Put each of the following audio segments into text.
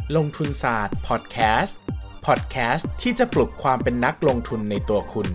ลงทุนศาสตร์พอดแคสต์ที่จะปลุกความเป็นนักลงทุนในตัวคุณ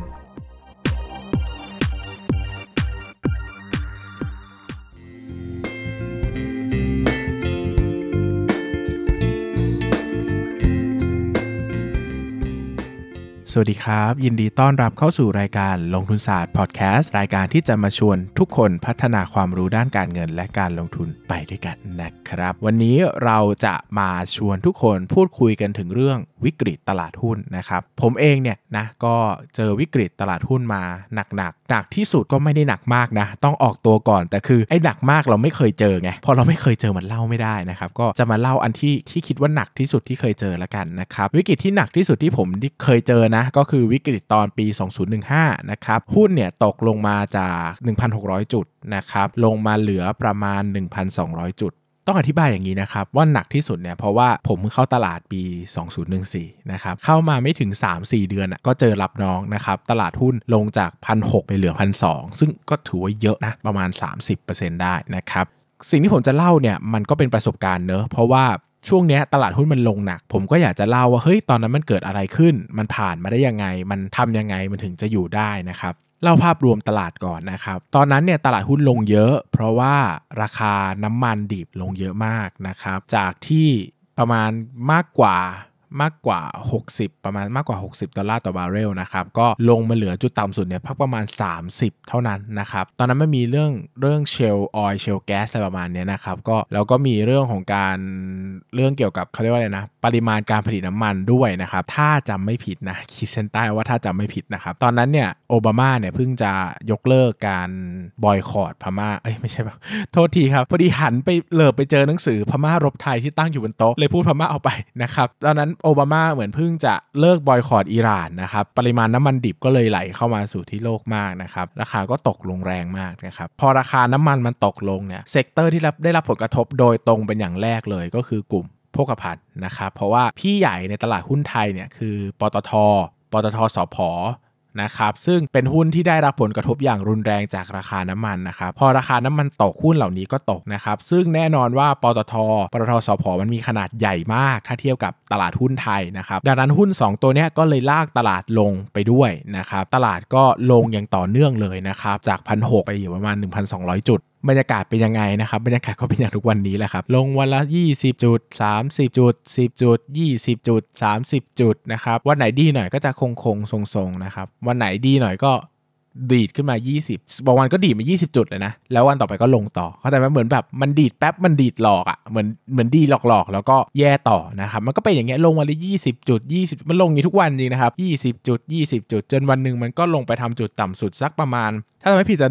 สวัสดีครับยินดีต้อนรับเข้าสู่รายการลงทุนศาสตร์พอดแคสต์รายการที่จะมาชวนทุกคนพัฒนาความรู้ด้านการเงินและการลงทุนไปด้วยกันนะครับวันนี้เราจะมาชวนทุกคนพูดคุยกันถึงเรื่องวิกฤตตลาดหุ้นนะครับผมเองเนี่ยนะก็เจอวิกฤตตลาดหุ้นมาหนักที่สุดก็ไม่ได้หนักมากนะต้องออกตัวก่อนแต่คือไอ้หนักมากเราไม่เคยเจอไงพอเราไม่เคยเจอมันเล่าไม่ได้นะครับก็จะมาเล่าอันที่คิดว่าหนักที่สุดที่เคยเจอแล้วกันนะครับวิกฤตที่หนักที่สุดที่ผมเคยเจอนะก็คือวิกฤตตอนปี2015นะครับหุ้นเนี่ยตกลงมาจาก 1,600 จุดนะครับลงมาเหลือประมาณ 1,200 จุดต้องอธิบายอย่างนี้นะครับว่าหนักที่สุดเนี่ยเพราะว่าผมเพิ่งเข้าตลาดปี2014นะครับเข้ามาไม่ถึง 3-4 เดือนก็เจอรับน้องนะครับตลาดหุ้นลงจาก 1,600 ไปเหลือ 1,200 ซึ่งก็ถือว่าเยอะนะประมาณ 30% ได้นะครับสิ่งที่ผมจะเล่าเนี่ยมันก็เป็นประสบการณ์เนอะเพราะว่าช่วงนี้ตลาดหุ้นมันลงหนักผมก็อยากจะเล่าว่าเฮ้ยตอนนั้นมันเกิดอะไรขึ้นมันผ่านมาได้ยังไงมันทำยังไงมันถึงจะอยู่ได้นะครับเล่าภาพรวมตลาดก่อนนะครับตอนนั้นเนี่ยตลาดหุ้นลงเยอะเพราะว่าราคาน้ำมันดิบลงเยอะมากนะครับจากที่ประมาณมากกว่า60ประมาณมากกว่า$60ต่อบาร์เรลนะครับก็ลงมาเหลือจุดต่ำสุดเนี่ยประมาณ30เท่านั้นนะครับตอนนั้นมันมีเรื่องเชลออยล์เชลแก๊สอะไรประมาณนี้นะครับก็แล้วก็มีเรื่องของการเรื่องเกี่ยวกับเขาเรียกว่าอะไรนะปริมาณการผลิตน้ำมันด้วยนะครับถ้าจำไม่ผิดนะขีดเส้นใต้ว่าถ้าจำไม่ผิดนะครับตอนนั้นเนี่ยโอบามาเนี่ยเพิ่งจะยกเลิกการบอยคอตพม่าไม่ใช่โทษทีครับพอดีหันไปไปเจอหนังสือพม่ารบไทยที่ตั้งอยู่บนโต๊ะเลยพูดพม่าเอาไปนะครับตอนนั้นโอบามาเหมือนเพิ่งจะเลิกบอยคอตอิหร่านนะครับปริมาณน้ำมันดิบก็เลยไหลเข้ามาสู่ที่โลกมากนะครับราคาก็ตกลงแรงมากนะครับพอราคาน้ำมันตกลงเนี่ยเซกเตอร์ที่ได้รับผลกระทบโดยตรงเป็นอย่างแรกเลยก็คือกลุ่มโภคภัณฑ์นะครับเพราะว่าพี่ใหญ่ในตลาดหุ้นไทยเนี่ยคือปตท.สผ.นะครับซึ่งเป็นหุ้นที่ได้รับผลกระทบอย่างรุนแรงจากราคาน้ำมันนะครับพอราคาน้ำมันตกหุ้นเหล่านี้ก็ตกนะครับซึ่งแน่นอนว่าปตท.สผ.มันมีขนาดใหญ่มากถ้าเทียบกับตลาดหุ้นไทยนะครับดังนั้นหุ้น2ตัวนี้ก็เลยลากตลาดลงไปด้วยนะครับตลาดก็ลงอย่างต่อเนื่องเลยนะครับจาก 1,600 ไปอยู่ประมาณ 1,200 จุดบรรยากาศเป็นยังไงนะครับบรรยากาศก็เป็นอย่างทุกวันนี้แหละครับลงวันละ20จุด30จุด10จุด20จุด30จุดนะครับวันไหนดีหน่อยก็จะคงทรงๆนะครับวันไหนดีหน่อยก็ดีดขึ้นมา20บางวันก็ดีดมา20จุดเลยนะแล้ววันต่อไปก็ลงต่อเข้าใจไหมเหมือนแบบมันดีดแป๊บมันดีดหลอกเหมือนดีหลอกแล้วก็แย่ต่อนะครับมันก็เป็นอย่างเงี้ยลงวันละ20จุด20มันลงอย่างนี้ทุกวันจริงนะครับ20จุด20จุดจนวันนึงมันก็ลงไปทำจุดต่ำสุดสักประมาณถ้าไม่ผิดจะ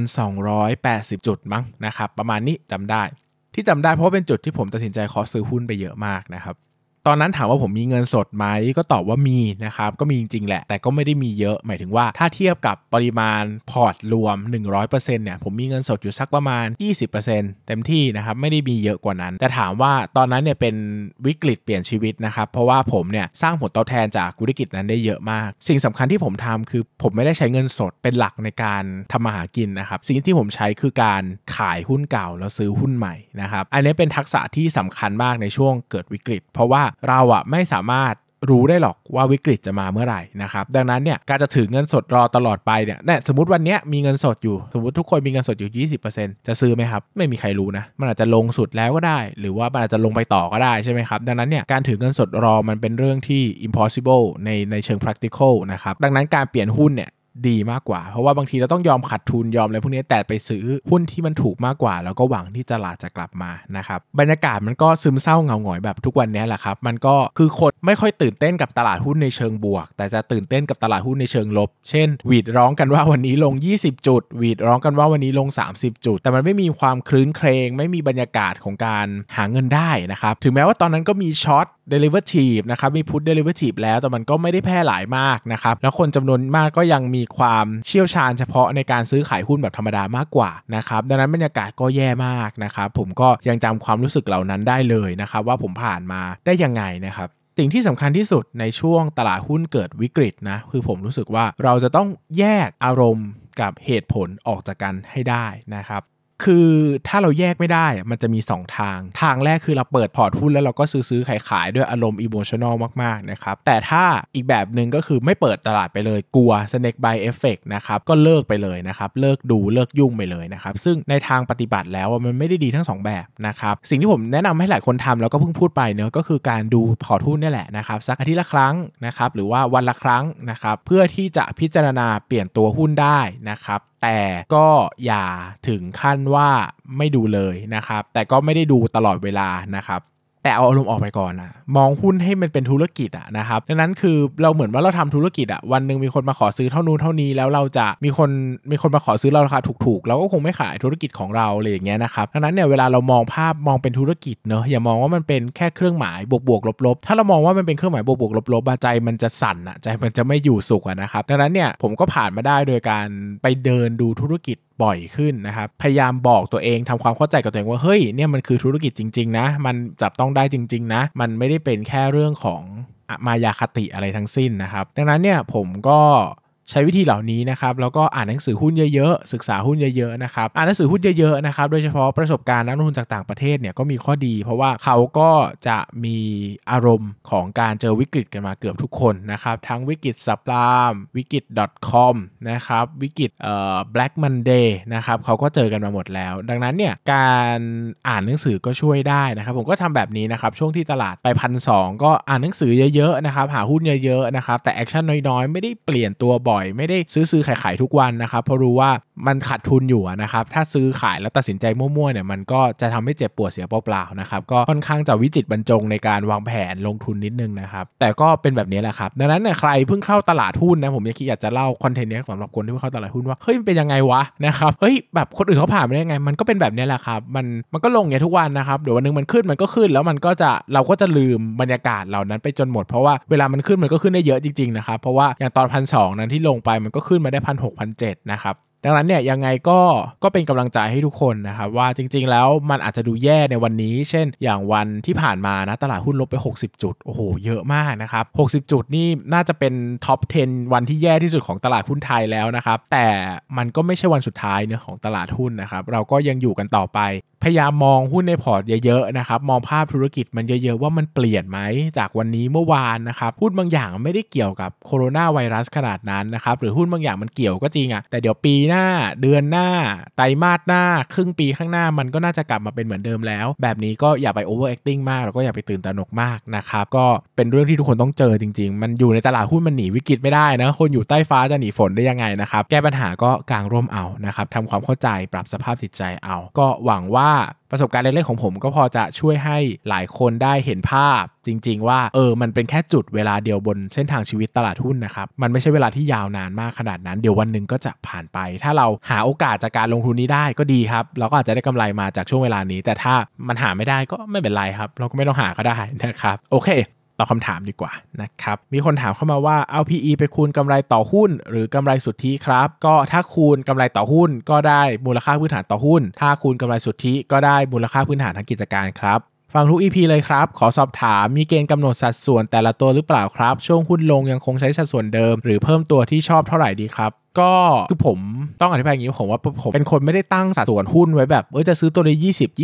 1,280 จุดมั้งนะครับประมาณนี้จำได้เพราะเป็นจุดที่ผมตัดสินใจขอซื้อหุ้นไปเยอะมากนะครับตอนนั้นถามว่าผมมีเงินสดไหมก็ตอบว่ามีนะครับก็มีจริงๆแหละแต่ก็ไม่ได้มีเยอะหมายถึงว่าถ้าเทียบกับปริมาณพอร์ตรวม 100% เนี่ยผมมีเงินสดอยู่สักประมาณ 20% เต็มที่นะครับไม่ได้มีเยอะกว่านั้นแต่ถามว่าตอนนั้นเนี่ยเป็นวิกฤตเปลี่ยนชีวิตนะครับเพราะว่าผมเนี่ยสร้างผลตอบแทนจากวิกฤตนั้นได้เยอะมากสิ่งสำคัญที่ผมทำคือผมไม่ได้ใช้เงินสดเป็นหลักในการทำมาหากินนะครับสิ่งที่ผมใช้คือการขายหุ้นเก่าแล้วซื้อหุ้นใหม่นะครับอันนี้เป็นทักษะที่สำคัญมากในช่วงเกิดวิกฤตเพราะว่าเราไม่สามารถรู้ได้หรอกว่าวิกฤตจะมาเมื่อไหร่นะครับดังนั้นเนี่ยการจะถือเงินสดรอตลอดไปเนี่ยสมมติวันนี้มีเงินสดอยู่สมมติทุกคนมีเงินสดอยู่ 20% จะซื้อไหมครับไม่มีใครรู้นะมันอาจจะลงสุดแล้วก็ได้หรือว่ามันอาจจะลงไปต่อก็ได้ใช่ไหมครับดังนั้นเนี่ยการถือเงินสดรอมันเป็นเรื่องที่ impossible ในเชิง practical นะครับดังนั้นการเปลี่ยนหุ้นเนี่ยดีมากกว่าเพราะว่าบางทีเราต้องยอมขาดทุนยอมอะไรพวกนี้แต่ไปซื้อหุ้นที่มันถูกมากกว่าแล้วก็หวังที่ตลาดจะกลับมานะครับบรรยากาศมันก็ซึมเศร้าเหงาหงอยแบบทุกวันนี้แหละครับมันก็คือคนไม่ค่อยตื่นเต้นกับตลาดหุ้นในเชิงบวกแต่จะตื่นเต้นกับตลาดหุ้นในเชิงลบเช่นหวีดร้องกันว่าวันนี้ลง20จุดหวีดร้องกันว่าวันนี้ลง30จุดแต่มันไม่มีความคลื้นเครงไม่มีบรรยากาศของการหาเงินได้นะครับถึงแม้ว่าตอนนั้นก็มีช็อตderivative นะครับมี put derivative แล้วแต่มันก็ไม่ได้แพร่หลายมากนะครับแล้วคนจำนวนมากก็ยังมีความเชี่ยวชาญเฉพาะในการซื้อขายหุ้นแบบธรรมดามากกว่านะครับดังนั้นบรรยากาศก็แย่มากนะครับผมก็ยังจำความรู้สึกเหล่านั้นได้เลยนะครับว่าผมผ่านมาได้ยังไงนะครับสิ่งที่สำคัญที่สุดในช่วงตลาดหุ้นเกิดวิกฤตนะคือผมรู้สึกว่าเราจะต้องแยกอารมณ์กับเหตุผลออกจากกันให้ได้นะครับคือถ้าเราแยกไม่ได้มันจะมี2ทางแรกคือเราเปิดพอร์ตหุ้นแล้วเราก็ซื้อขายด้วยอารมณ์อิโมชันนอลมากๆนะครับแต่ถ้าอีกแบบนึงก็คือไม่เปิดตลาดไปเลยกลัว snake bite effect นะครับก็เลิกไปเลยนะครับเลิกดูเลิกยุ่งไปเลยนะครับซึ่งในทางปฏิบัติแล้วมันไม่ได้ดีทั้ง2แบบนะครับสิ่งที่ผมแนะนำให้หลายคนทำแล้วก็เพิ่งพูดไปเนอะก็คือการดูพอร์ตหุ้นนี่แหละนะครับสักอาทิตย์ละครั้งนะครับหรือว่าวันละครั้งนะครับเพื่อที่จะพิจารณาเปลี่ยนตัวหุ้นได้นะครับแต่ก็อย่าถึงขั้นว่าไม่ดูเลยนะครับแต่ก็ไม่ได้ดูตลอดเวลานะครับแต่เอาอารมณ์ออกไปก่อนนะมองหุ้นให้มันเป็นธุรกิจอะนะครับดังนั้นคือเราเหมือนว่าเราทำธุรกิจอะวันนึงมีคนมาขอซื้อเท่านู้นเท่านี้แล้วเราจะมีคนมาขอซื้อเราราคาถูกๆเราก็คงไม่ขายธุรกิจของเราอะไรอย่างเงี้ยนะครับดังนั้นเนี่ยเวลาเรามองภาพมองเป็นธุรกิจเนอะอย่ามองว่ามันเป็นแค่เครื่องหมายบวกลบถ้าเรามองว่ามันเป็นเครื่องหมายบวกลบใจมันจะสั่นอะใจมันจะไม่อยู่สุขอะนะครับดังนั้นเนี่ยผมก็ผ่านมาได้โดยการไปเดินดูธุรกิจบ่อยขึ้นนะครับพยายามบอกตัวเองทำความเข้าใจกับตัวเองว่าเฮ้ยเนี่ยมันคือธุรกิจจริงๆนะมันจับต้องได้จริงๆนะมันไม่ได้เป็นแค่เรื่องของมายาคติอะไรทั้งสิ้นนะครับดังนั้นเนี่ยผมก็ใช้วิธีเหล่านี้นะครับแล้วก็อ่านหนังสือหุ้นเยอะๆศึกษาหุ้นเยอะๆนะครับอ่านหนังสือหุ้นเยอะๆนะครับโดยเฉพาะประสบการณ์นักลงทุนจากต่างประเทศเนี่ยก็มีข้อดีเพราะว่าเขาก็จะมีอารมณ์ของการเจอวิกฤตกันมาเกือบทุกคนนะครับทั้งวิกฤตซับไพรม์วิกฤต .com นะครับวิกฤตBlack Monday นะครับเขาก็เจอกันมาหมดแล้วดังนั้นเนี่ยการอ่านหนังสือก็ช่วยได้นะครับผมก็ทำแบบนี้นะครับช่วงที่ตลาดไป 1,200 ก็อ่านหนังสือเยอะๆนะครับหาหุ้นเยอะๆนะครับแต่แอคชั่นน้อยๆไม่ได้เปลี่ยนตัวบ่อยไม่ได้ซื้อขายทุกวันนะครับเพราะรู้ว่ามันขาดทุนอยู่นะครับถ้าซื้อขายแล้วตัดสินใจมั่วๆเนี่ยมันก็จะทำให้เจ็บปวดเสียเปล่าๆนะครับก็ค่อนข้างจะวิจิตรบรรจงในการวางแผนลงทุนนิดนึงนะครับแต่ก็เป็นแบบนี้แหละครับดังนั้นเนี่ยใครเพิ่งเข้าตลาดหุ้นนะผมอยากจะเล่าคอนเทนต์นี้สำหรับคนที่เพิ่งเข้าตลาดหุ้นว่าเฮ้ยมันเป็นยังไงวะนะครับเฮ้ยแบบคนอื่นเขาผ่านมาได้ยังไงมันก็เป็นแบบนี้แหละครับมันก็ลงอย่างทุกวันนะครับเดี๋ยววันนึงมันขึ้นแล้วเราก็จะลืมบรรยากาศเหล่านั้นไปจนหมดเพราะว่าเวลามันขึ้นมันก็ขึ้นได้เยอะจริงๆนะครับเพราะว่าอย่างตอน 1,200 นั้นที่ลงไปมันก็ขึ้นมาได้ 1,600 1,700 นะครับดังนั้นเนี่ยยังไงก็เป็นกำลังใจให้ทุกคนนะครับว่าจริงๆแล้วมันอาจจะดูแย่ในวันนี้เช่นอย่างวันที่ผ่านมานะตลาดหุ้นลบไป60จุดโอ้โหเยอะมากนะครับ60จุดนี่น่าจะเป็นท็อป10วันที่แย่ที่สุดของตลาดหุ้นไทยแล้วนะครับแต่มันก็ไม่ใช่วันสุดท้ายเนอะของตลาดหุ้นนะครับเราก็ยังอยู่กันต่อไปพยายามมองหุ้นในพอร์ตเยอะๆนะครับมองภาพธุรกิจมันเยอะๆว่ามันเปลี่ยนไหมจากวันนี้เมื่อวานนะครับหุ้นบางอย่างไม่ได้เกี่ยวกับโคโรนาไวรัสขนาดนั้นนะครับหรือหุ้นบางอย่างมันเกี่ยวก็จริงแต่เดี๋ยวปีหน้าเดือนหน้าไตรมาสหน้าครึ่งปีข้างหน้ามันก็น่าจะกลับมาเป็นเหมือนเดิมแล้วแบบนี้ก็อย่าไป overacting มากแล้วก็อย่าไปตื่นตระหนกมากนะครับก็เป็นเรื่องที่ทุกคนต้องเจอจริงๆมันอยู่ในตลาดหุ้นมันหนีวิกฤตไม่ได้นะคนอยู่ใต้ฟ้าจะหนีฝนได้ยังไงนะครับแก้ปัญหาก็กางร่มเอานะครับทำความเข้าใจปรับสภาพจิตใจเอาก็หวังว่าประสบการณ์เล็กๆของผมก็พอจะช่วยให้หลายคนได้เห็นภาพจริงๆว่ามันเป็นแค่จุดเวลาเดียวบนเส้นทางชีวิตตลาดหุ้นนะครับมันไม่ใช่เวลาที่ยาวนานมากขนาดนั้นเดี๋ยววันหนึ่งก็จะผ่านไปถ้าเราหาโอกาสจากการลงทุนนี้ได้ก็ดีครับเราก็อาจจะได้กำไรมาจากช่วงเวลานี้แต่ถ้ามันหาไม่ได้ก็ไม่เป็นไรครับเราก็ไม่ต้องหาก็ได้นะครับโอเคตอบคำถามดีกว่านะครับมีคนถามเข้ามาว่าเอา PE ไปคูณกำไรต่อหุ้นหรือกำไรสุทธิครับก็ถ้าคูณกำไรต่อหุ้นก็ได้มูลค่าพื้นฐานต่อหุ้นถ้าคูณกำไรสุทธิก็ได้มูลค่าพื้นฐานทางกิจการครับฟังทุก EP เลยครับขอสอบถามมีเกณฑ์กำหนดสัดส่วนแต่ละตัวหรือเปล่าครับช่วงหุ้นลงยังคงใช้สัดส่วนเดิมหรือเพิ่มตัวที่ชอบเท่าไหร่ดีครับก็คือผมต้องอธิบายอย่างนี้ผมว่าผมเป็นคนไม่ได้ตั้งสัดส่วนหุ้นไว้แบบจะซื้อตัวละ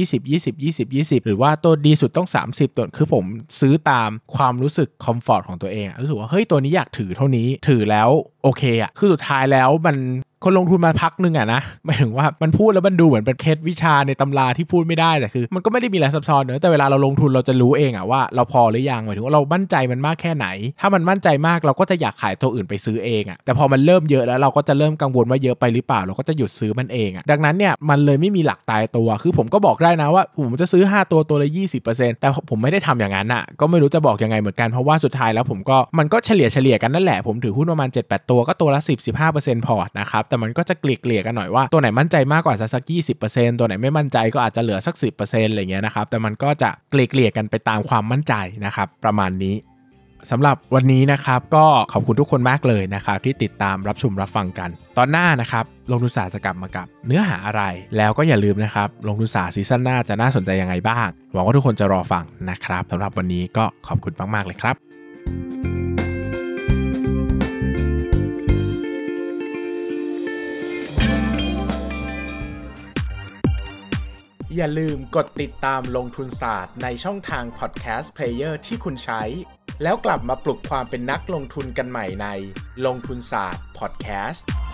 20 หรือว่าตัวดีสุดต้อง30ตัวคือผมซื้อตามความรู้สึกคอมฟอร์ตของตัวเองรู้สึกว่าเฮ้ยตัวนี้อยากถือเท่านี้ถือแล้วโอเคคือสุดท้ายแล้วมันคนลงทุนมาพักนึงนะหมายถึงว่ามันพูดแล้วมันดูเหมือนเป็นเคล็ดวิชาในตำราที่พูดไม่ได้แต่คือมันก็ไม่ได้มีอะไรซับซ้อนเนอะแต่เวลาเราลงทุนเราจะรู้เองว่าเราพอหรือยังหมายถึงว่าเรามั่นใจมันมากแค่ไหนถ้ามันมั่นใจมากเราก็จะอยากขายตัวอื่นไปซื้อเองแต่พอมันเริ่มเยอะแล้วเราก็จะเริ่มกังวลว่าเยอะไปหรือเปล่าเราก็จะหยุดซื้อมันเองดังนั้นเนี่ยมันเลยไม่มีหลักตายตัวคือผมก็บอกได้นะว่าผมจะซื้อ5ตัวละ 20% แต่ผมไม่ได้ทำอย่างนั้นก็ไม่รู้จะบอกยังไงเหมือนกันเพราะว่าสุดท้ายแล้วมันก็เฉลี่ยกันนั่นแหละผมถือหุ้นประมาณ 7-8 ตัวก็ตัวละ 10-15% พอร์ตนะครับแต่มันก็จะเกลี่ยกันหน่อยว่าตัวไหนมั่นใจมากกว่าสัก 20% ตัวไหนไม่มั่นใจก็อาจจะเหลือสัก 10% อะไรเงี้ยนะครับแต่มันก็จะเกลี่ยกันไปตามความมั่นใจนะครับประมาณนี้สำหรับวันนี้นะครับก็ขอบคุณทุกคนมากเลยนะครับที่ติดตามรับชมรับฟังกันตอนหน้านะครับลงทุนศาสตร์จะกลับมากับเนื้อหาอะไรแล้วก็อย่าลืมนะครับลงทุนศาสตร์ซีซั่นหน้าจะน่าสนใจยังไงบ้างหวังว่าทุกคนจะรอฟังนะครับสำหรับวันนี้ก็ขอบคุณมากๆเลยครับอย่าลืมกดติดตามลงทุนศาสตร์ในช่องทางพอดแคสต์เพลเยอร์ที่คุณใช้แล้วกลับมาปลุกความเป็นนักลงทุนกันใหม่ในลงทุนศาสตร์พอดแคสต์